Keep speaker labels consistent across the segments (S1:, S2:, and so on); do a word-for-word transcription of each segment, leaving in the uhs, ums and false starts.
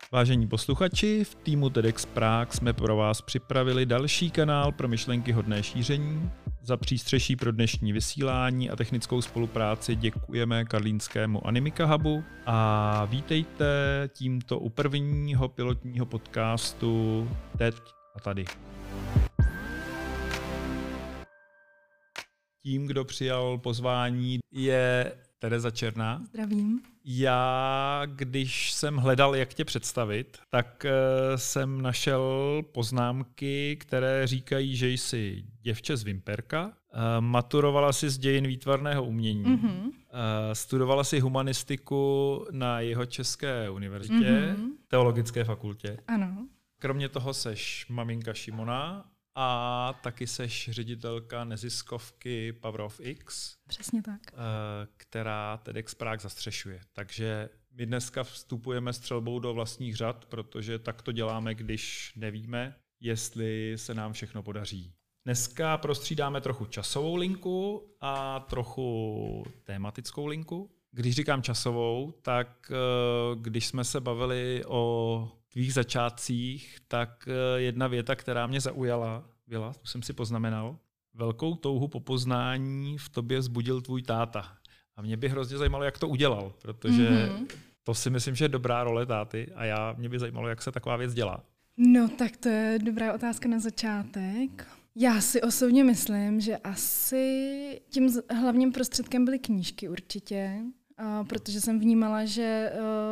S1: Vážení posluchači, v týmu TEDx Prague jsme pro vás připravili další kanál pro myšlenky hodné šíření. Za přístřeší pro dnešní vysílání a technickou spolupráci děkujeme karlínskému Animika Hubu a vítejte tímto u prvního pilotního podcastu Teď a tady. Tím, kdo přijal pozvání, je Tereza Černá.
S2: Zdravím.
S1: Já, když jsem hledal, jak tě představit, tak uh, jsem našel poznámky, které říkají, že jsi děvče z Vimperka, uh, maturovala si z dějin výtvarného umění, mm-hmm. uh, studovala si humanistiku na Jihočeské univerzitě, mm-hmm. teologické fakultě.
S2: Ano.
S1: Kromě toho seš maminka Šimona a taky seš ředitelka neziskovky Power of X.
S2: Přesně tak.
S1: Která TEDx Prague zastřešuje. Takže my dneska vstupujeme střelbou do vlastních řad, protože tak to děláme, když nevíme, jestli se nám všechno podaří. Dneska prostřídáme trochu časovou linku a trochu tématickou linku. Když říkám časovou, tak když jsme se bavili o tvých začátcích, tak jedna věta, která mě zaujala, byla, tu jsem si poznamenal, velkou touhu po poznání v tobě vzbudil tvůj táta. A mě by hrozně zajímalo, jak to udělal, protože mm-hmm. to si myslím, že je dobrá role táty a já, mě by zajímalo, jak se taková věc dělá.
S2: No tak to je dobrá otázka na začátek. Já si osobně myslím, že asi tím hlavním prostředkem byly knížky určitě, protože jsem vnímala, že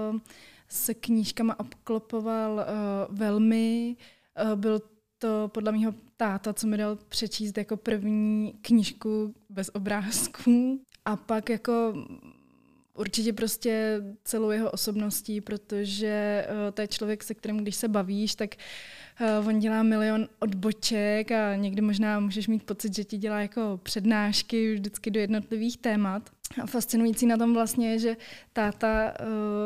S2: se knížkama obklopoval velmi, byl to podle mého táta, co mi dal přečíst jako první knížku bez obrázků a pak jako určitě prostě celou jeho osobností, protože uh, to je člověk, se kterým když se bavíš, tak uh, on dělá milion odboček a někdy možná můžeš mít pocit, že ti dělá jako přednášky vždycky do jednotlivých témat. A fascinující na tom vlastně je, že táta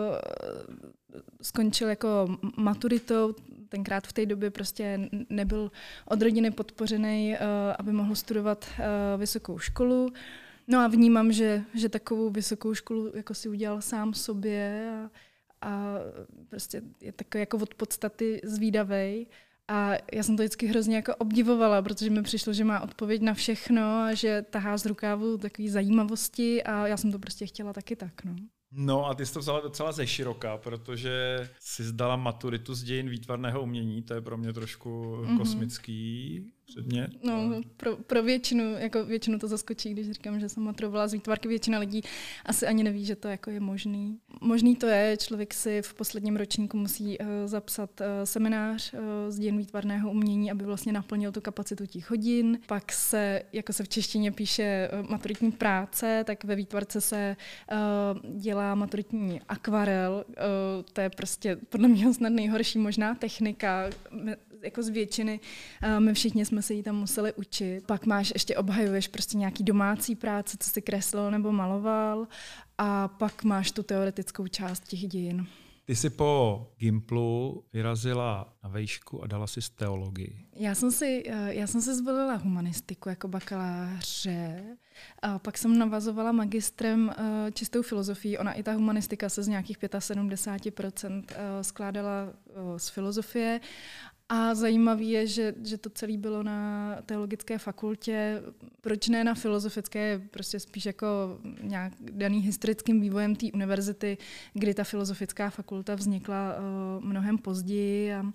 S2: uh, skončil jako maturitou, tenkrát v té době prostě nebyl od rodiny podpořený, uh, aby mohl studovat uh, vysokou školu. No a vnímám, že, že takovou vysokou školu jako si udělal sám sobě a, a prostě je takový jako od podstaty zvídavej. A já jsem to vždycky hrozně jako obdivovala, protože mi přišlo, že má odpověď na všechno a že tahá z rukávu takové zajímavosti a já jsem to prostě chtěla taky tak. No.
S1: No a ty jsi to vzala docela ze široka, protože jsi zdala maturitu z dějin výtvarného umění, to je pro mě trošku mm-hmm. kosmický předmět.
S2: No, pro, pro většinu, jako většinu to zaskočí, když říkám, že jsem maturovala z výtvarky, většina lidí asi ani neví, že to jako je možný. Možný to je, člověk si v posledním ročníku musí uh, zapsat uh, seminář uh, z dějin výtvarného umění, aby vlastně naplnil tu kapacitu těch hodin. Pak se, jako se v češtině píše uh, maturitní práce, tak ve výtvarce se uh, dělá maturitní akvarel, uh, to je prostě podle mě snad nejhorší možná technika, jako z většiny, uh, my všichni jsme se jí tam museli učit. Pak máš, ještě obhajuješ prostě nějaký domácí práce, co jsi kreslil nebo maloval a pak máš tu teoretickou část těch dějin.
S1: Ty jsi po Gimplu vyrazila na vejšku a dala si teologii.
S2: Já jsem si, já jsem si zvolila humanistiku jako bakaláře a pak jsem navazovala magistrem čistou filozofii. Ona i ta humanistika se z nějakých sedmdesát pět procent skládala z filozofie. A zajímavé je, že, že to celé bylo na teologické fakultě. Proč ne na filozofické? Prostě spíš jako nějak daný historickým vývojem té univerzity, kdy ta filozofická fakulta vznikla uh, mnohem později. A,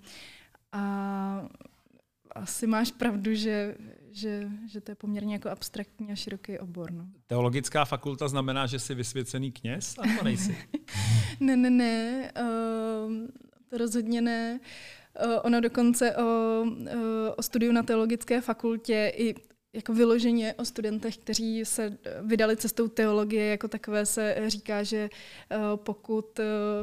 S2: a asi máš pravdu, že, že, že to je poměrně jako abstraktní a široký obor. No.
S1: Teologická fakulta znamená, že jsi vysvěcený kněz? A to nejsi?
S2: ne, ne, ne. Uh, to rozhodně ne. Ono dokonce o, o studiu na teologické fakultě i jako vyloženě o studentech, kteří se vydali cestou teologie, jako takové se říká, že pokud,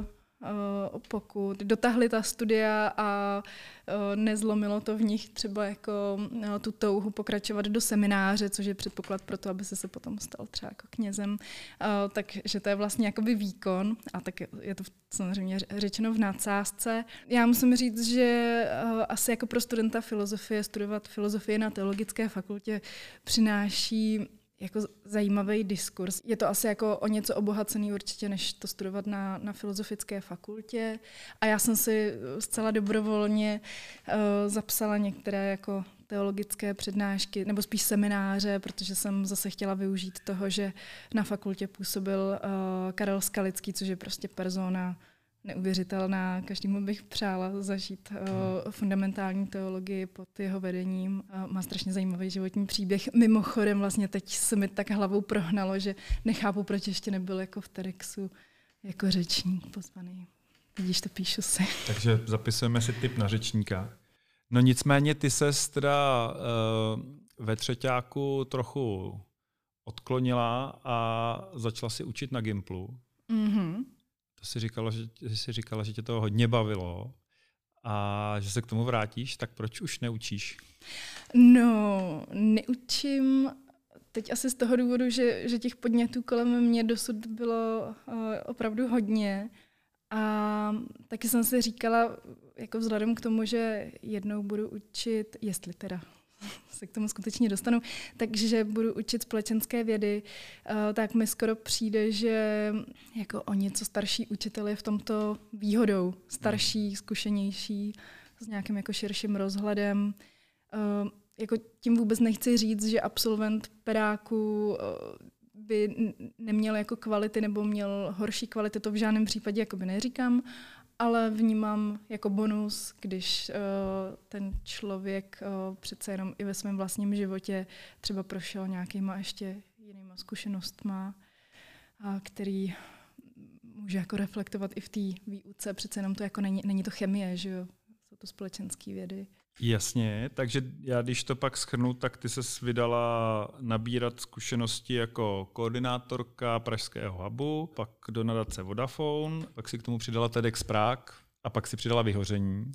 S2: pokud dotáhli ta studia a nezlomilo to v nich třeba jako tu touhu pokračovat do semináře, což je předpoklad pro to, aby se se potom stal třeba jako knězem, takže to je vlastně jakoby výkon a tak je to samozřejmě řečeno v nadsázce. Já musím říct, že asi jako pro studenta filozofie studovat filozofii na teologické fakultě přináší jako zajímavý diskurs. Je to asi jako o něco obohacený určitě, než to studovat na, na filozofické fakultě. A já jsem si zcela dobrovolně uh, zapsala některé jako teologické přednášky, nebo spíš semináře, protože jsem zase chtěla využít toho, že na fakultě působil uh, Karel Skalický, což je prostě persona neuvěřitelná. Každému bych přála zažít uh, fundamentální teologii pod jeho vedením. Uh, má strašně zajímavý životní příběh. Mimochodem vlastně teď se mi tak hlavou prohnalo, že nechápu, proč ještě nebyl jako v TEDxu jako řečník pozvaný. Vidíš, to píšu si.
S1: Takže zapisujeme si tip na řečníka. No nicméně ty ses teda uh, ve třeťáku trochu odklonila a začala si učit na Gimplu.
S2: Mhm.
S1: To jsi říkala, že, jsi říkala, že tě to hodně bavilo a že se k tomu vrátíš, tak proč už neučíš?
S2: No, neučím teď asi z toho důvodu, že, že těch podnětů kolem mě dosud bylo uh, opravdu hodně. A taky jsem si říkala, jako vzhledem k tomu, že jednou budu učit, jestli teda se k tomu skutečně dostanu, takže budu učit společenské vědy, tak mi skoro přijde, že jako o něco starší učitel je v tomto výhodou. Starší, zkušenější, s nějakým jako širším rozhledem. Jako tím vůbec nechci říct, že absolvent pedáku by neměl jako kvality nebo měl horší kvality, to v žádném případě jakoby neříkám, ale vnímám jako bonus, když uh, ten člověk uh, přece jenom i ve svém vlastním životě třeba prošel nějakýma ještě jinýma zkušenostma, a který může jako reflektovat i v té výuce. Přece jenom to jako není, není to chemie, že jo? Jsou to společenské vědy.
S1: Jasně, takže já když to pak shrnu, tak ty ses vydala nabírat zkušenosti jako koordinátorka pražského hubu, pak do nadace Vodafone, pak si k tomu přidala TEDx Prague a pak si přidala Vyhoření.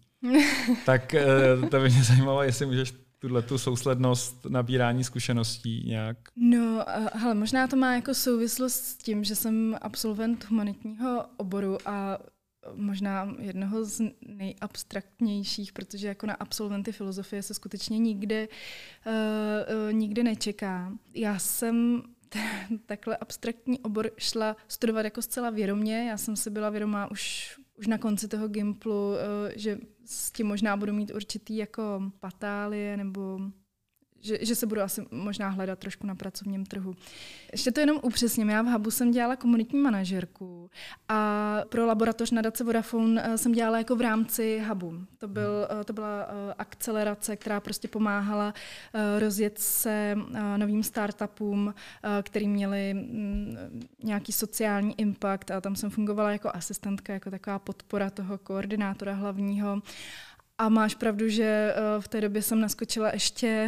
S1: Tak to by mě zajímalo, jestli můžeš tuhletu souslednost nabírání zkušeností nějak.
S2: No, hele, možná to má jako souvislost s tím, že jsem absolvent humanitního oboru a možná jednoho z nejabstraktnějších, protože jako na absolventy filozofie se skutečně nikde, uh, uh, nikde nečeká. Já jsem t- takhle abstraktní obor šla studovat jako zcela vědomě. Já jsem si byla vědomá už, už na konci toho Gimplu, uh, že s tím možná budu mít určitý jako patálie nebo Že, že se budu asi možná hledat trošku na pracovním trhu. Ještě to jenom upřesním. Já v hubu jsem dělala komunitní manažerku a pro laboratoř nadace Vodafone jsem dělala jako v rámci hubu. To, byl, to byla akcelerace, která prostě pomáhala rozjet se novým startupům, který měli nějaký sociální impact a tam jsem fungovala jako asistentka, jako taková podpora toho koordinátora hlavního. A máš pravdu, že v té době jsem naskočila ještě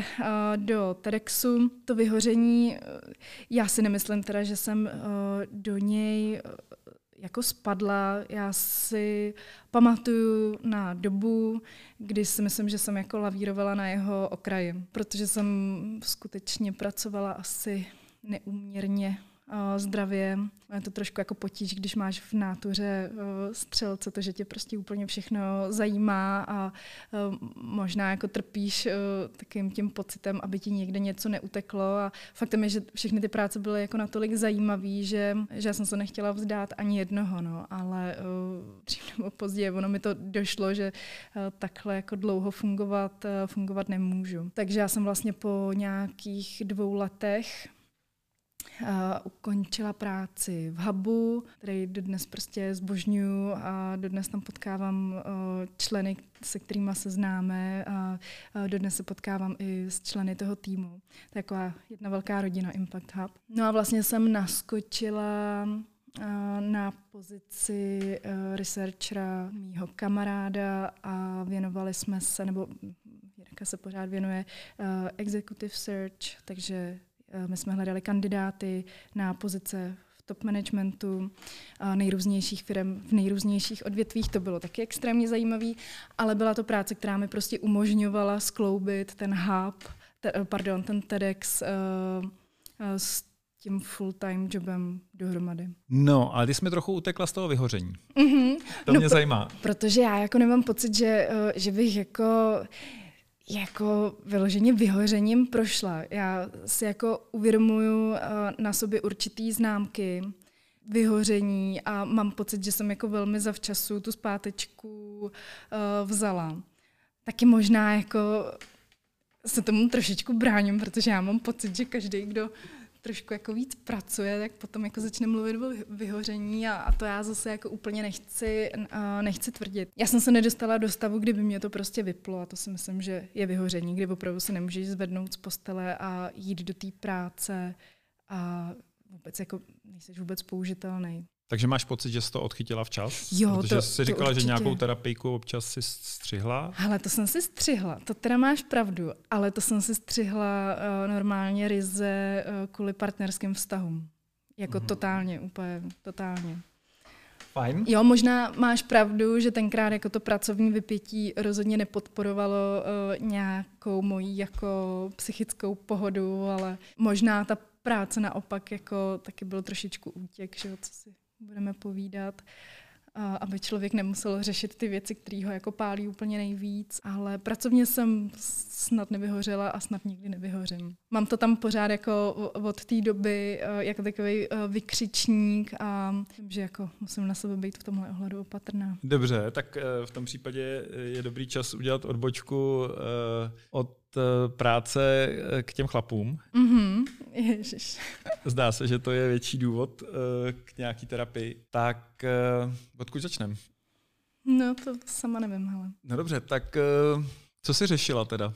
S2: do TEDxu. To Vyhoření, já si nemyslím teda, že jsem do něj jako spadla. Já si pamatuju na dobu, kdy si myslím, že jsem jako lavírovala na jeho okraji, protože jsem skutečně pracovala asi neúměrně zdravě. Je to trošku jako potíž, když máš v nátuře střelce, to, že tě prostě úplně všechno zajímá a možná jako trpíš takým tím pocitem, aby ti někde něco neuteklo. A faktem je, že všechny ty práce byly jako natolik zajímavý, že, že já jsem se nechtěla vzdát ani jednoho, no, ale dřív nebo později ono mi to došlo, že takhle jako dlouho fungovat, fungovat nemůžu. Takže já jsem vlastně po nějakých dvou letech Uh, ukončila práci v hubu, který dodnes prostě zbožňuju a dodnes tam potkávám uh, členy, se kterými se známe a uh, dodnes se potkávám i s členy toho týmu. To je taková jedna velká rodina Impact Hub. No a vlastně jsem naskočila uh, na pozici uh, researchera mýho kamaráda a věnovali jsme se, nebo Jirka se pořád věnuje uh, executive search, takže my jsme hledali kandidáty na pozice v top managementu nejrůznějších firm v nejrůznějších odvětvích. To bylo taky extrémně zajímavý, ale byla to práce, která mi prostě umožňovala skloubit ten hub, te, pardon, ten TEDx uh, uh, s tím full-time jobem dohromady.
S1: No, ale ty jsi mi trochu utekla z toho Vyhoření.
S2: Mm-hmm.
S1: To
S2: no,
S1: mě zajímá.
S2: Protože já jako nemám pocit, že, uh, že bych jako... jako vyloženě vyhořením prošla. Já si jako uvědomuju uh, na sobě určitý známky vyhoření a mám pocit, že jsem jako velmi zavčasu tu zpátečku uh, vzala. Taky možná jako se tomu trošičku bráním, protože já mám pocit, že každý, kdo trošku jako víc pracuje, tak potom jako začne mluvit o vyhoření a, a to já zase jako úplně nechci, uh, nechci tvrdit. Já jsem se nedostala do stavu, kdyby mě to prostě vyplo a to si myslím, že je vyhoření, kdy opravdu se nemůžeš zvednout z postele a jít do té práce a vůbec jako nejsi vůbec použitelný.
S1: Takže máš pocit, že jsi to odchytila včas?
S2: Jo,
S1: protože
S2: to,
S1: jsi říkala,
S2: to
S1: že nějakou terapijku občas si střihla?
S2: Hele, to jsem si střihla, to teda máš pravdu, ale to jsem si střihla uh, normálně ryze uh, kvůli partnerským vztahům. Jako mm. totálně, úplně totálně.
S1: Fajn.
S2: Jo, možná máš pravdu, že tenkrát jako to pracovní vypětí rozhodně nepodporovalo uh, nějakou moji jako psychickou pohodu, ale možná ta práce naopak jako taky byl trošičku útěk, že jo, co si budeme povídat, a aby člověk nemusel řešit ty věci, které ho jako pálí úplně nejvíc. Ale pracovně jsem snad nevyhořela a snad nikdy nevyhořím. Mám to tam pořád jako od té doby jako takový vykřičník a myslím, že jako musím na sebe být v tomhle ohledu opatrná.
S1: Dobře, tak v tom případě je dobrý čas udělat odbočku od práce k těm chlapům.
S2: Mhm, ježiš.
S1: Zdá se, že to je větší důvod k nějaký terapii. Tak odkud začneme?
S2: No, to sama nevím, hele.
S1: No dobře, tak co jsi řešila teda,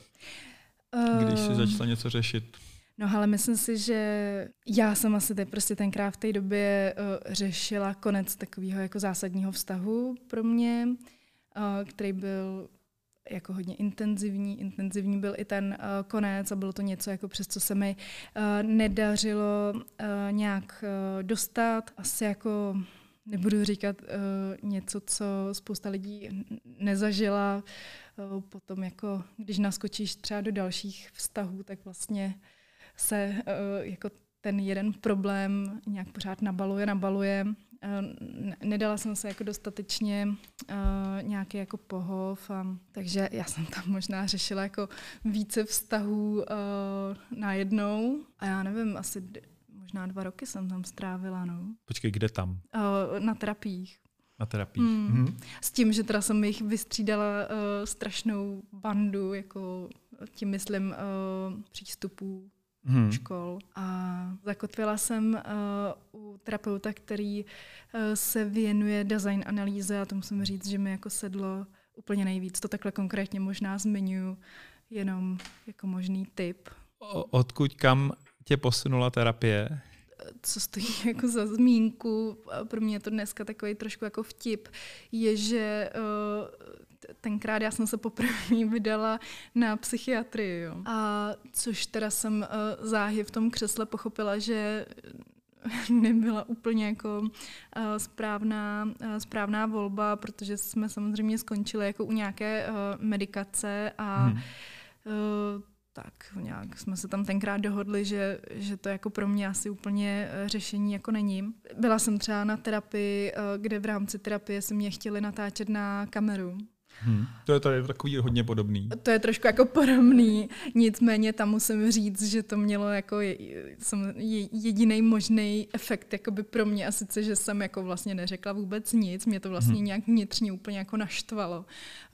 S1: když jsi začala něco řešit?
S2: No ale myslím si, že já jsem asi te, prostě tenkrát v té době uh, řešila konec takového jako zásadního vztahu pro mě, uh, který byl jako hodně intenzivní. Intenzivní byl i ten uh, konec a bylo to něco, jako přes co se mi uh, nedařilo uh, nějak uh, dostat. Asi jako nebudu říkat uh, něco, co spousta lidí nezažila. Uh, potom jako, když naskočíš třeba do dalších vztahů, tak vlastně se uh, jako ten jeden problém nějak pořád nabaluje, nabaluje. Uh, nedala jsem se jako dostatečně uh, nějaký jako pohov, a, takže já jsem tam možná řešila jako více vztahů uh, najednou a já nevím, asi d- možná dva roky jsem tam strávila. No.
S1: Počkej, kde tam?
S2: Uh, na terapiích.
S1: Na terapiích.
S2: Hmm.
S1: Mhm.
S2: S tím, že teda jsem jich vystřídala uh, strašnou bandu, jako tím myslím uh, přístupů hmm. škol. A zakotvila jsem uh, u terapeuta, který uh, se věnuje design analýze a to musím říct, že mi jako sedlo úplně nejvíc. To takhle konkrétně možná zmiňuji jenom jako možný tip.
S1: O, odkud kam tě posunula terapie?
S2: Co stojí jako za zmínku, a pro mě je to dneska takový trošku jako vtip, je, že uh, tenkrát já jsem se poprvé vydala na psychiatrii. Jo. A což teda jsem uh, záhy v tom křesle pochopila, že nebyla úplně jako uh, správná, uh, správná volba, protože jsme samozřejmě skončili jako u nějaké uh, medikace a hmm. uh, tak nějak jsme se tam tenkrát dohodli, že, že to jako pro mě asi úplně řešení jako není. Byla jsem třeba na terapii, kde v rámci terapie se mě chtěli natáčet na kameru.
S1: Hmm. To je tady takový hodně podobný.
S2: To je trošku jako podobný, nicméně tam musím říct, že to mělo jako jediný možný efekt jakoby pro mě a sice, že jsem jako vlastně neřekla vůbec nic, mě to vlastně hmm. nějak vnitřně úplně jako naštvalo,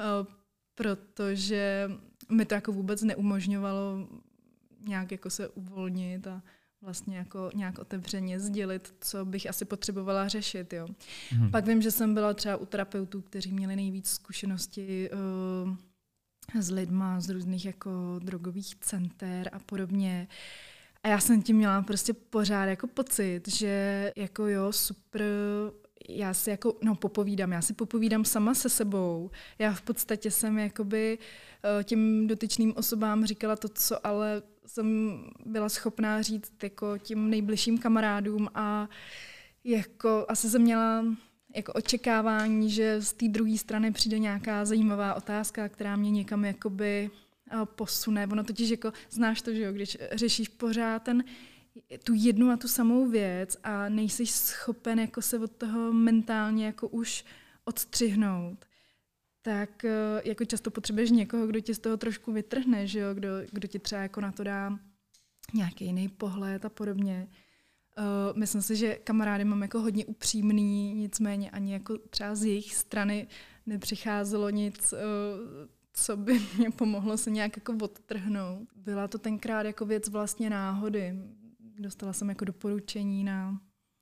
S2: protože mi to jako vůbec neumožňovalo nějak jako se uvolnit a vlastně jako nějak otevřeně sdělit, co bych asi potřebovala řešit. Jo. Hmm. Pak vím, že jsem byla třeba u terapeutů, kteří měli nejvíc zkušenosti uh, s lidma z různých jako drogových center a podobně. A já jsem tím měla prostě pořád jako pocit, že jako jo, super, já si jako, no popovídám, já si popovídám sama se sebou. Já v podstatě jsem jakoby těm dotyčným osobám říkala to, co ale jsem byla schopná říct jako těm nejbližším kamarádům a jako asi jsem měla jako očekávání, že z té druhé strany přijde nějaká zajímavá otázka, která mě někam jakoby posune. Ono totiž jako, znáš to, že jo, když řešíš pořád ten tu jednu a tu samou věc a nejsi schopen jako se od toho mentálně jako už odstřihnout, tak jako často potřebuješ někoho, kdo ti z toho trošku vytrhne, že jo? Kdo, kdo ti třeba jako na to dá nějaký jiný pohled a podobně. Uh, myslím si, že kamarády mám jako hodně upřímný, nicméně ani jako třeba z jejich strany nepřicházelo nic, uh, co by mě pomohlo se nějak jako odtrhnout. Byla to tenkrát jako věc vlastně náhody. Dostala jsem jako doporučení na,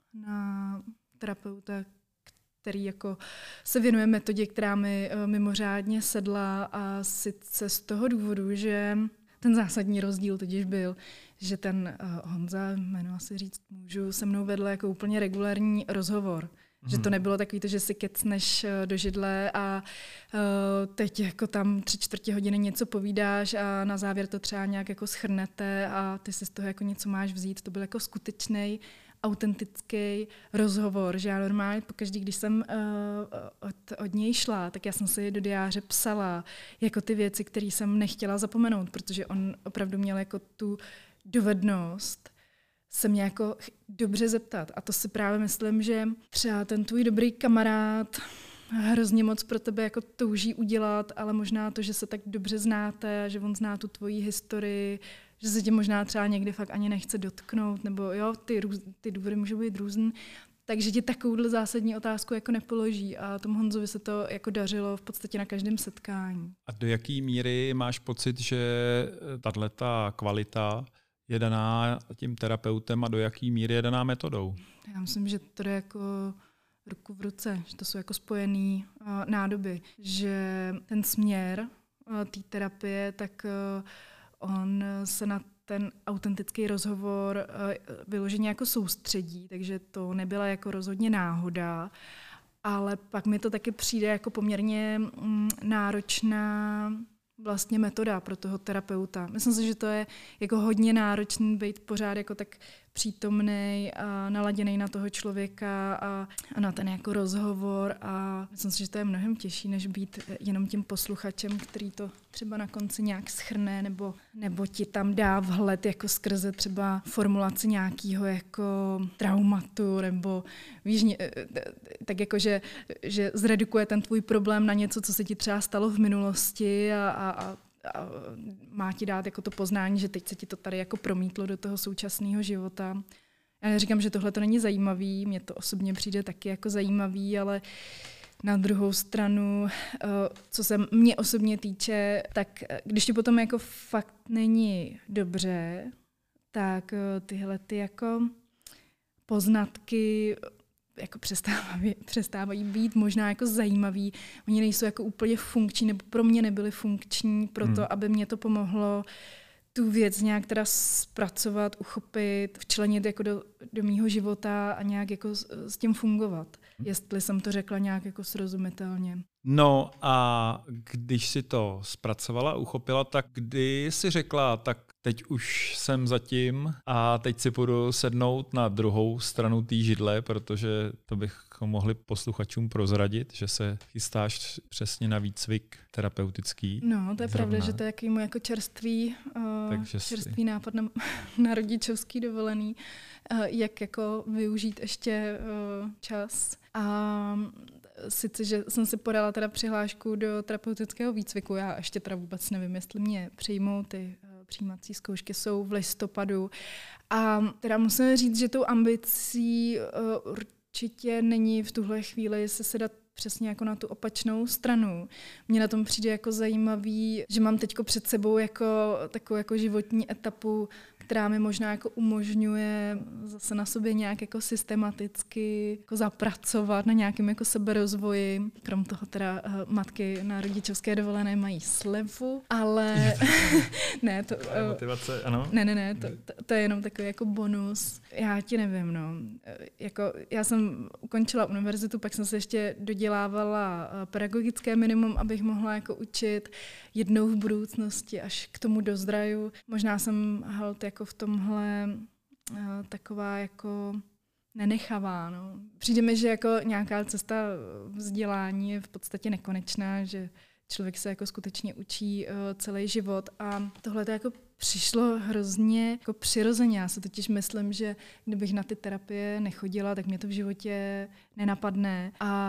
S2: na terapeuta, který jako se věnuje metodě, která mi uh, mimořádně sedla, a sice z toho důvodu, že ten zásadní rozdíl totiž byl, že ten uh, Honza, jméno asi říct můžu, se mnou vedl jako úplně regulární rozhovor. Mm. Že to nebylo takový to, že si kecneš uh, do židle a uh, teď jako tam tři čtvrtě hodiny něco povídáš a na závěr to třeba nějak jako shrnete a ty si z toho jako něco máš vzít. To byl jako skutečnej, autentický rozhovor, že já normálně pokaždý, když jsem uh, od, od něj šla, tak já jsem si do diáře psala jako ty věci, které jsem nechtěla zapomenout, protože on opravdu měl jako tu dovednost se mě jako dobře zeptat. A to si právě myslím, že třeba ten tvůj dobrý kamarád hrozně moc pro tebe jako touží udělat, ale možná to, že se tak dobře znáte, že on zná tu tvoji historii, že se tě možná třeba někdy fakt ani nechce dotknout, nebo jo, ty, ty důvody můžou být různý, takže ti takovouhle zásadní otázku jako nepoloží a tomu Honzovi se to jako dařilo v podstatě na každém setkání.
S1: A do jaký míry máš pocit, že tato kvalita je daná tím terapeutem a do jaký míry je daná metodou?
S2: Já myslím, že to jde jako ruku v ruce, že to jsou jako spojený uh, nádoby, že ten směr uh, té terapie, tak uh, on se na ten autentický rozhovor uh, vyloženě jako soustředí, takže to nebyla jako rozhodně náhoda, ale pak mi to taky přijde jako poměrně mm, náročná vlastně metoda pro toho terapeuta. Myslím si, že to je jako hodně náročný být pořád jako tak přítomnej a naladěnej na toho člověka a, a na ten jako rozhovor a myslím si, že to je mnohem těžší, než být jenom tím posluchačem, který to třeba na konci nějak shrne nebo, nebo ti tam dá vhled jako skrze třeba formulaci nějakého jako traumatu nebo víš, tak jako, že, že zredukuje ten tvůj problém na něco, co se ti třeba stalo v minulosti a, a, a a má ti dát jako to poznání, že teď se ti to tady jako promítlo do toho současného života. Já neříkám, že tohle to není zajímavý, mně to osobně přijde taky jako zajímavý, ale na druhou stranu, co se mě osobně týče, tak když ti potom jako fakt není dobře, tak tyhle ty jako poznatky jako přestávají, přestávají být možná jako zajímavý. Oni nejsou jako úplně funkční, nebo pro mě nebyly funkční, proto hmm. aby mě to pomohlo tu věc nějak teda zpracovat, uchopit, včlenit jako do, do mýho života a nějak jako s, s tím fungovat. Jestli jsem to řekla nějak jako srozumitelně.
S1: No a když si to zpracovala, uchopila, tak kdy si řekla, tak teď už jsem zatím a teď si půjdu sednout na druhou stranu té židle, protože to bychom mohli posluchačům prozradit, že se chystáš přesně na výcvik terapeutický.
S2: No, to je
S1: zrovna.
S2: pravda, že to je jaký můj jako čerstvý, uh, čerstvý si... nápad na, na rodičovský dovolený, uh, jak jako využít ještě uh, čas. A sice, že jsem si podala teda přihlášku do terapeutického výcviku, já ještě teda vůbec nevím, jestli mě přijmou, ty uh, přijímací zkoušky jsou v listopadu. A teda musím říct, že tou ambicí uh, určitě není v tuhle chvíli se sedat přesně jako na tu opačnou stranu. Mně na tom přijde jako zajímavý, že mám teďko před sebou jako takovou jako životní etapu, která mi možná jako umožňuje zase na sobě nějak jako systematicky jako zapracovat na nějakém jako seberozvoji. Krom toho teda uh, matky na rodičovské dovolené mají slevu, ale ne, to, uh,
S1: motivace, ano.
S2: Ne, ne, ne, to, to, to je jenom takový jako bonus. Já ti nevím, no. Jako, já jsem ukončila univerzitu, pak jsem se ještě dodělávala pedagogické minimum, abych mohla jako učit jednou v budoucnosti až k tomu dozraju. Možná jsem halt jako v tomhle uh, taková jako nenechavá. No. Přijde mi, že jako nějaká cesta vzdělání je v podstatě nekonečná, že člověk se jako skutečně učí uh, celý život a tohle to jako přišlo hrozně jako přirozeně. Já si totiž myslím, že kdybych na ty terapie nechodila, tak mě to v životě nenapadne. A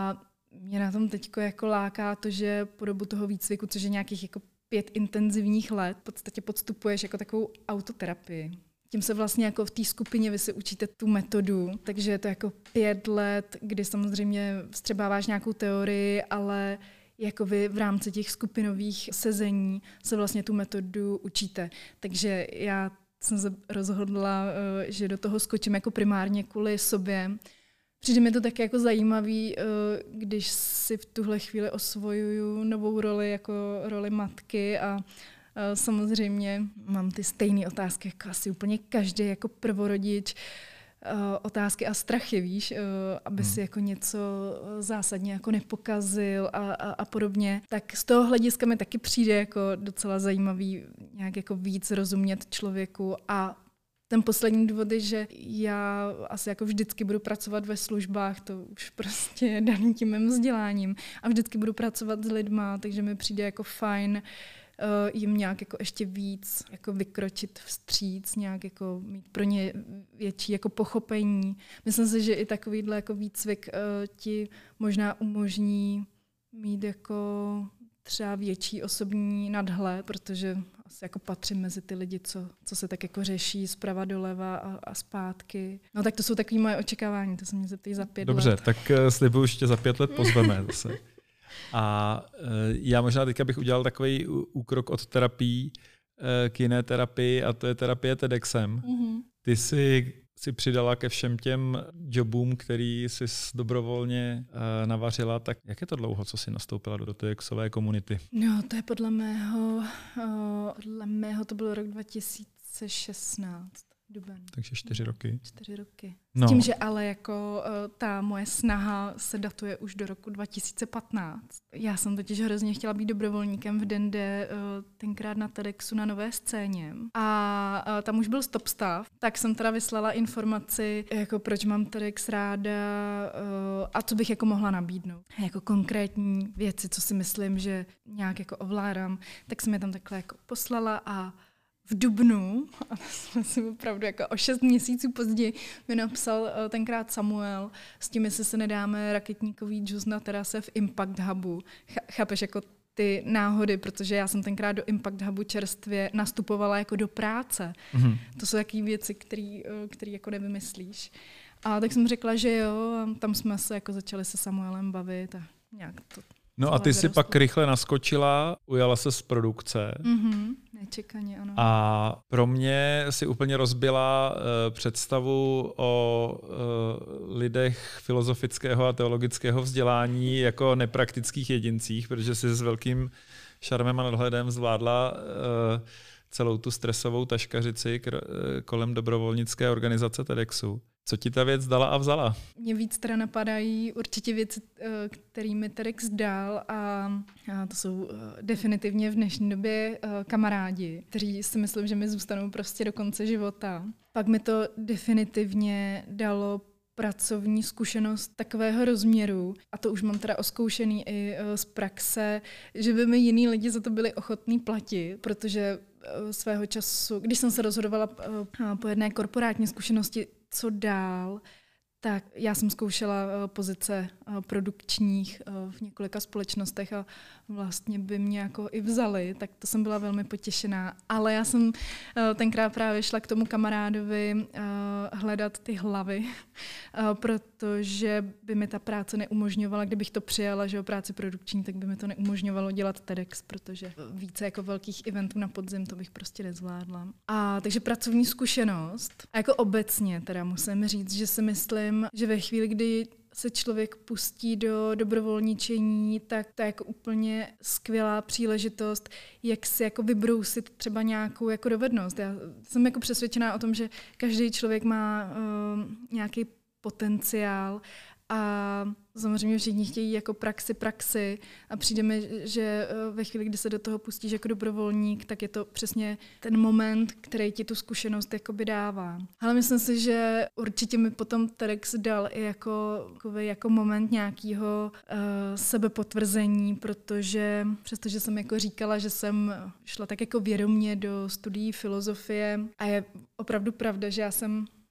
S2: mě na tom teďko jako láká to, že po dobu toho výcviku, což je nějakých jako pět intenzivních let, v podstatě podstupuješ jako takovou autoterapii. Tím se vlastně jako v té skupině vy si učíte tu metodu, takže je to jako pět let, kdy samozřejmě vstřebáváš nějakou teorii, ale jako vy v rámci těch skupinových sezení se vlastně tu metodu učíte. Takže já jsem se rozhodla, že do toho skočím jako primárně kvůli sobě. Přijde mi to taky jako zajímavý, když si v tuhle chvíli osvojuju novou roli jako roli matky a samozřejmě mám ty stejné otázky jako asi úplně každý jako prvorodič. Otázky a strachy, víš, aby si jako něco zásadně jako nepokazil a, a, a podobně. Tak z toho hlediska mi taky přijde jako docela zajímavý nějak jako víc rozumět člověku a ten poslední důvod je, že já asi jako vždycky budu pracovat ve službách, to už prostě je daný tím mým vzděláním a vždycky budu pracovat s lidma, takže mi přijde jako fajn Uh, jim nějak jako ještě víc jako vykročit vstříc, nějak jako mít pro ně větší jako pochopení. Myslím si, že i takovýhle jako výcvik uh, ti možná umožní mít jako třeba větší osobní nadhled, protože asi jako patřím mezi ty lidi, co, co se tak jako řeší zprava doleva a, a zpátky. No tak to jsou takové moje očekávání, to se mě zeptají za pět
S1: Dobře,
S2: let.
S1: Dobře, tak uh, slibuju, že tě za pět let pozveme zase. A já možná teďka bych udělal takový úkrok od terapií k jiné terapii a to je terapie TEDxem. Mm-hmm. Ty jsi si přidala ke všem těm jobům, který jsi dobrovolně navařila, tak jak je to dlouho, co jsi nastoupila do TEDxové komunity?
S2: No, to je podle mého, podle mého to bylo rok dva tisíce šestnáct. Duben.
S1: Takže čtyři roky.
S2: Čtyři roky. S
S1: no.
S2: tím, že ale jako ta moje snaha se datuje už do roku dva tisíce patnáct. Já jsem totiž hrozně chtěla být dobrovolníkem v den D, tenkrát na TEDxu na Nové scéně. A tam už byl stop stav, tak jsem teda vyslala informaci, jako proč mám TEDx ráda a co bych jako mohla nabídnout. Jako konkrétní věci, co si myslím, že nějak jako ovládám, tak jsem je tam takhle jako poslala a v dubnu, a to jsme si opravdu jako o šest měsíců později, mi napsal uh, tenkrát Samuel s tím, jestli se nedáme raketníkový džus na terase v Impact Hubu. Ch- chápeš, jako ty náhody, protože já jsem tenkrát do Impact Hubu čerstvě nastupovala jako do práce. Mm-hmm. To jsou takové věci, které jako nevymyslíš. A tak jsem řekla, že jo, a tam jsme se jako začali se Samuelem bavit a nějak to.
S1: No a ty si pak rychle naskočila, ujala se z produkce.
S2: Mm-hmm. Nečekaně, ano.
S1: A pro mě si úplně rozbila uh, představu o uh, lidech filozofického a teologického vzdělání jako nepraktických jedincích, protože si s velkým šarmem a nadhledem zvládla uh, celou tu stresovou taškařici k, uh, kolem dobrovolnické organizace TEDxu. Co ti ta věc dala a vzala?
S2: Mě víc teda napadají určitě věci, kterými TEDx dal a to jsou definitivně v dnešní době kamarádi, kteří si myslím, že mi zůstanou prostě do konce života. Pak mi to definitivně dalo pracovní zkušenost takového rozměru, a to už mám teda oskoušený i z praxe, že by mi jiný lidi za to byli ochotní platit, protože svého času, když jsem se rozhodovala po jedné korporátní zkušenosti, co dál, tak já jsem zkoušela pozice produkčních v několika společnostech a vlastně by mě jako i vzali, tak to jsem byla velmi potěšená. Ale já jsem tenkrát právě šla k tomu kamarádovi hledat ty hlavy, protože by mi ta práce neumožňovala, kdybych to přijala, že o práci produkční, tak by mi to neumožňovalo dělat TEDx, protože více jako velkých eventů na podzim to bych prostě nezvládla. A takže pracovní zkušenost. A jako obecně teda musím říct, že si myslím, že ve chvíli, kdy se člověk pustí do dobrovolničení, tak to je jako úplně skvělá příležitost, jak si jako vybrousit třeba nějakou jako dovednost. Já jsem jako přesvědčená o tom, že každý člověk má uh, nějaký potenciál a samozřejmě všichni chtějí jako praxi, praxi a přijde mi, že ve chvíli, kdy se do toho pustíš jako dobrovolník, tak je to přesně ten moment, který ti tu zkušenost jakoby dává. Ale myslím si, že určitě mi potom TEDx dal i jako, jako moment nějakého uh, sebepotvrzení, protože přestože jsem jako říkala, že jsem šla tak jako vědomě do studií filozofie a je opravdu pravda, že já jsem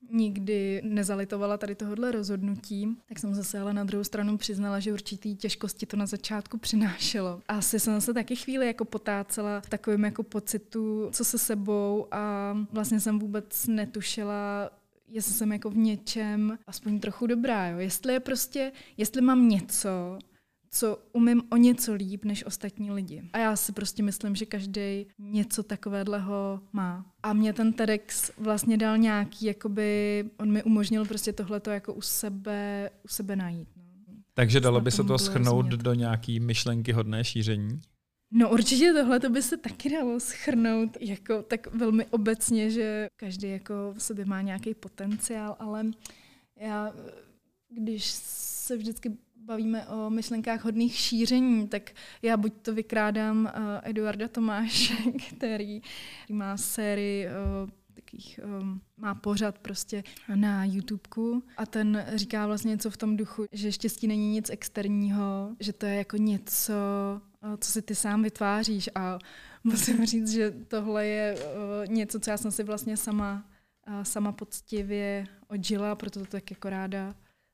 S2: nikdy nezalitovala tady tohohle rozhodnutí, tak jsem zase ale na druhou stranu přiznala, že určitý těžkosti to na začátku přinášelo. Asi jsem se taky chvíli jako potácela v takovém jako pocitu, co se sebou a vlastně jsem vůbec netušila, jestli jsem jako v něčem aspoň trochu dobrá. Jo. Jestli je prostě, jestli mám něco, co umím o něco líp než ostatní lidi. A já si prostě myslím, že každý něco takového má. A mě ten TEDx vlastně dal nějaký, jakoby, on mi umožnil prostě tohleto jako u sebe, u sebe najít. No.
S1: Takže dalo by se to shrnout do nějaký myšlenky hodné šíření?
S2: No určitě tohle by se taky dalo shrnout jako tak velmi obecně, že každý jako v sobě má nějaký potenciál, ale já, když se vždycky bavíme o myšlenkách hodných šíření, tak já buď to vykrádám uh, Eduarda Tomáše, který má sérii uh, takových, um, má pořad prostě na YouTubeku a ten říká vlastně něco v tom duchu, že štěstí není nic externího, že to je jako něco, uh, co si ty sám vytváříš a musím říct, že tohle je uh, něco, co já jsem si vlastně sama, uh, sama poctivě odžila, proto to tak jako ráda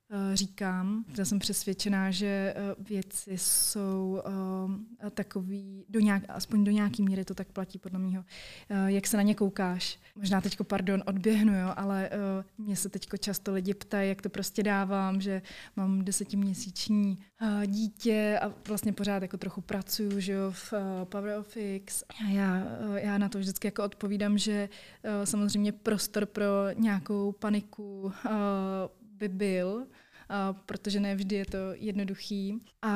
S2: říkám. Já jsem přesvědčená, že věci jsou uh, takový, do nějak, aspoň do nějaký míry to tak platí podle mého, uh, jak se na ně koukáš. Možná teďko, pardon, odběhnu, jo, ale uh, mě se teďko často lidi ptají, jak to prostě dávám, že mám desetiměsíční uh, dítě a vlastně pořád jako trochu pracuju, že jo, v uh, Power of X. A já, uh, já na to vždycky jako odpovídám, že uh, samozřejmě prostor pro nějakou paniku uh, by byl, Uh, protože ne vždy je to jednoduchý,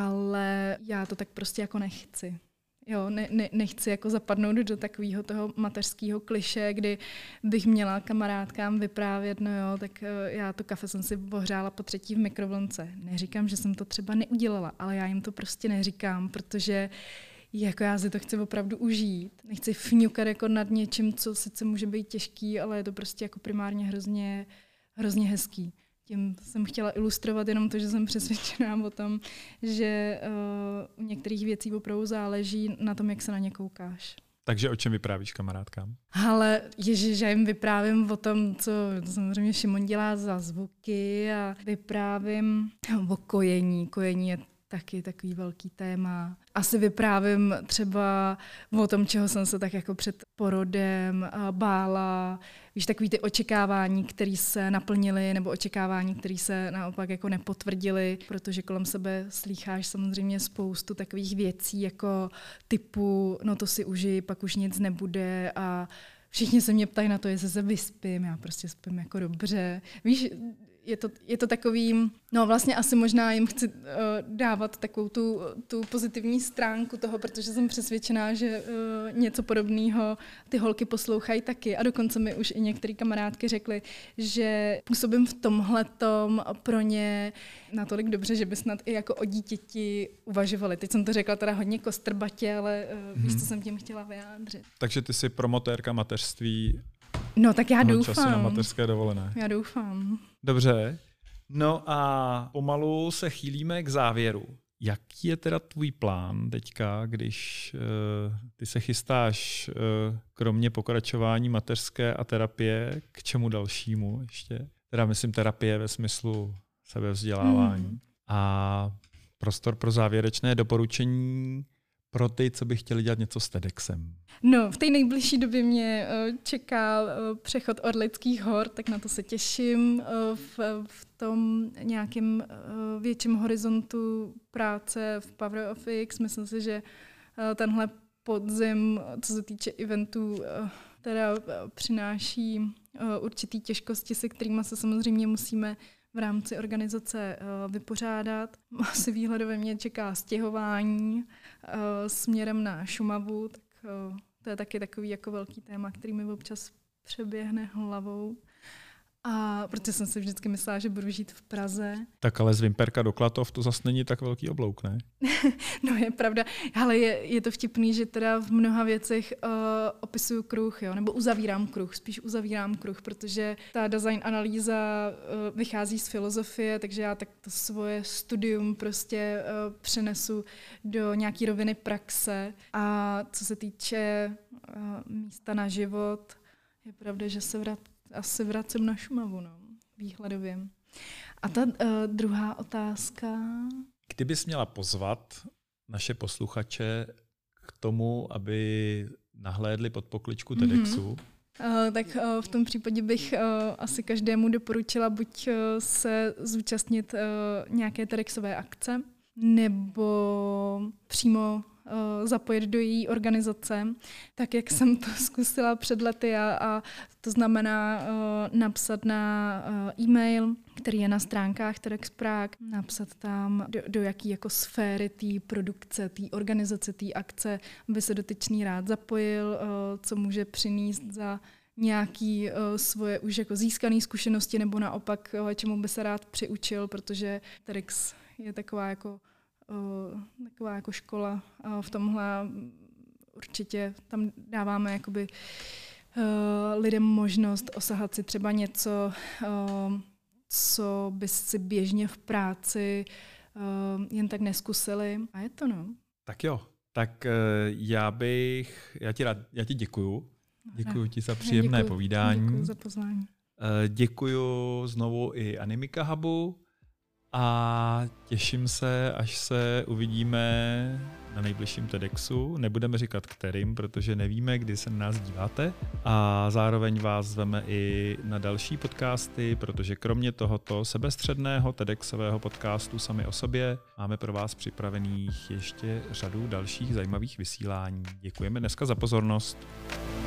S2: ale já to tak prostě jako nechci. Jo, ne, ne, nechci jako zapadnout do takového toho mateřského kliše, kdy bych měla kamarádkám vyprávět, no jo, tak uh, já to kafe jsem si ohřála po třetí v mikrovlnce. Neříkám, že jsem to třeba neudělala, ale já jim to prostě neříkám, protože jako já si to chci opravdu užít. Nechci fňukat jako nad něčím, co sice může být těžký, ale je to prostě jako primárně hrozně, hrozně hezký. Tím jsem chtěla ilustrovat jenom to, že jsem přesvědčená o tom, že uh, u některých věcí opravdu záleží na tom, jak se na ně koukáš.
S1: Takže o čem vyprávíš kamarádkám?
S2: Ale ježiš, já jim vyprávím o tom, co samozřejmě Šimon dělá za zvuky a vyprávím o kojení. Kojení je taky takový velký téma. Asi vyprávím třeba o tom, čeho jsem se tak jako před porodem bála. Víš, takový ty očekávání, které se naplnily, nebo očekávání, které se naopak jako nepotvrdily, protože kolem sebe slýcháš samozřejmě spoustu takových věcí, jako typu, no to si užij, pak už nic nebude a všichni se mě ptají na to, jestli se vyspím, já prostě spím jako dobře. Víš, Je to, je to takový, no vlastně asi možná jim chci uh, dávat takovou tu, tu pozitivní stránku toho, protože jsem přesvědčená, že uh, něco podobného ty holky poslouchají taky a dokonce mi už i některé kamarádky řekly, že působím v tomhletom pro ně natolik dobře, že by snad i jako o dítěti uvažovali. Teď jsem to řekla teda hodně kostrbatě, ale uh, víš, co jsem tím chtěla vyjádřit.
S1: Takže ty jsi promotérka mateřství.
S2: No tak já doufám.
S1: Času na mateřské dovolené.
S2: Já doufám.
S1: Dobře. No a pomalu se chýlíme k závěru. Jaký je teda tvůj plán teďka, když uh, ty se chystáš uh, kromě pokračování mateřské a terapie k čemu dalšímu ještě? Teda myslím terapie ve smyslu sebevzdělávání. Hmm. A prostor pro závěrečné doporučení pro ty, co by chtěli dělat něco s TEDxem.
S2: No, v té nejbližší době mě čeká přechod Orlických hor, tak na to se těším. V, v tom nějakém větším horizontu práce v Power of X myslím si, že tenhle podzim, co se týče eventů, teda přináší určitý těžkosti, se kterými se samozřejmě musíme v rámci organizace uh, vypořádat. Asi výhledově mě čeká stěhování uh, směrem na Šumavu, tak uh, to je taky takový jako velký téma, který mi občas přeběhne hlavou. A protože jsem si vždycky myslela, že budu žít v Praze.
S1: Tak ale z Vimperka do Klatov to zase není tak velký oblouk, ne?
S2: No je pravda, ale je, je to vtipný, že teda v mnoha věcech uh, opisuju kruh, jo, nebo uzavírám kruh, spíš uzavírám kruh, protože ta design analýza uh, vychází z filozofie, takže já tak to svoje studium prostě uh, přenesu do nějaký roviny praxe. A co se týče uh, místa na život, je pravda, že se vrat asi vracím na Šumavu, no, výhledově. A ta uh, druhá otázka...
S1: Kdybys měla pozvat naše posluchače k tomu, aby nahlédli pod pokličku TEDxu?
S2: Mm-hmm. Uh, tak uh, v tom případě bych uh, asi každému doporučila buď uh, se zúčastnit uh, nějaké TEDxové akce, nebo přímo uh, zapojit do její organizace, tak jak jsem to zkusila před lety a, a to znamená uh, napsat na uh, e-mail, který je na stránkách TEDx Prague, napsat tam, do, do jaký jako sféry té produkce, té organizace, té akce by se dotyčný rád zapojil, uh, co může přinést za nějaký uh, svoje už jako získané zkušenosti nebo naopak, uh, čemu by se rád přiučil, protože TEDx je taková jako, uh, taková jako škola uh, v tomhle. Určitě tam dáváme jakoby, uh, lidem možnost osahat si třeba něco, uh, co by si běžně v práci uh, jen tak neskusili. A je to, no.
S1: Tak jo, tak uh, já bych, já ti, rád, já ti děkuju. Děkuju ti za příjemné děkuju, povídání.
S2: Děkuju za pozvání.
S1: Uh, děkuju znovu i Animika Hubu a těším se, až se uvidíme na nejbližším TEDxu. Nebudeme říkat kterým, protože nevíme, kdy se na nás díváte. A zároveň vás zveme i na další podcasty, protože kromě tohoto sebestředného TEDxového podcastu Sami o sobě máme pro vás připravených ještě řadu dalších zajímavých vysílání. Děkujeme dneska za pozornost.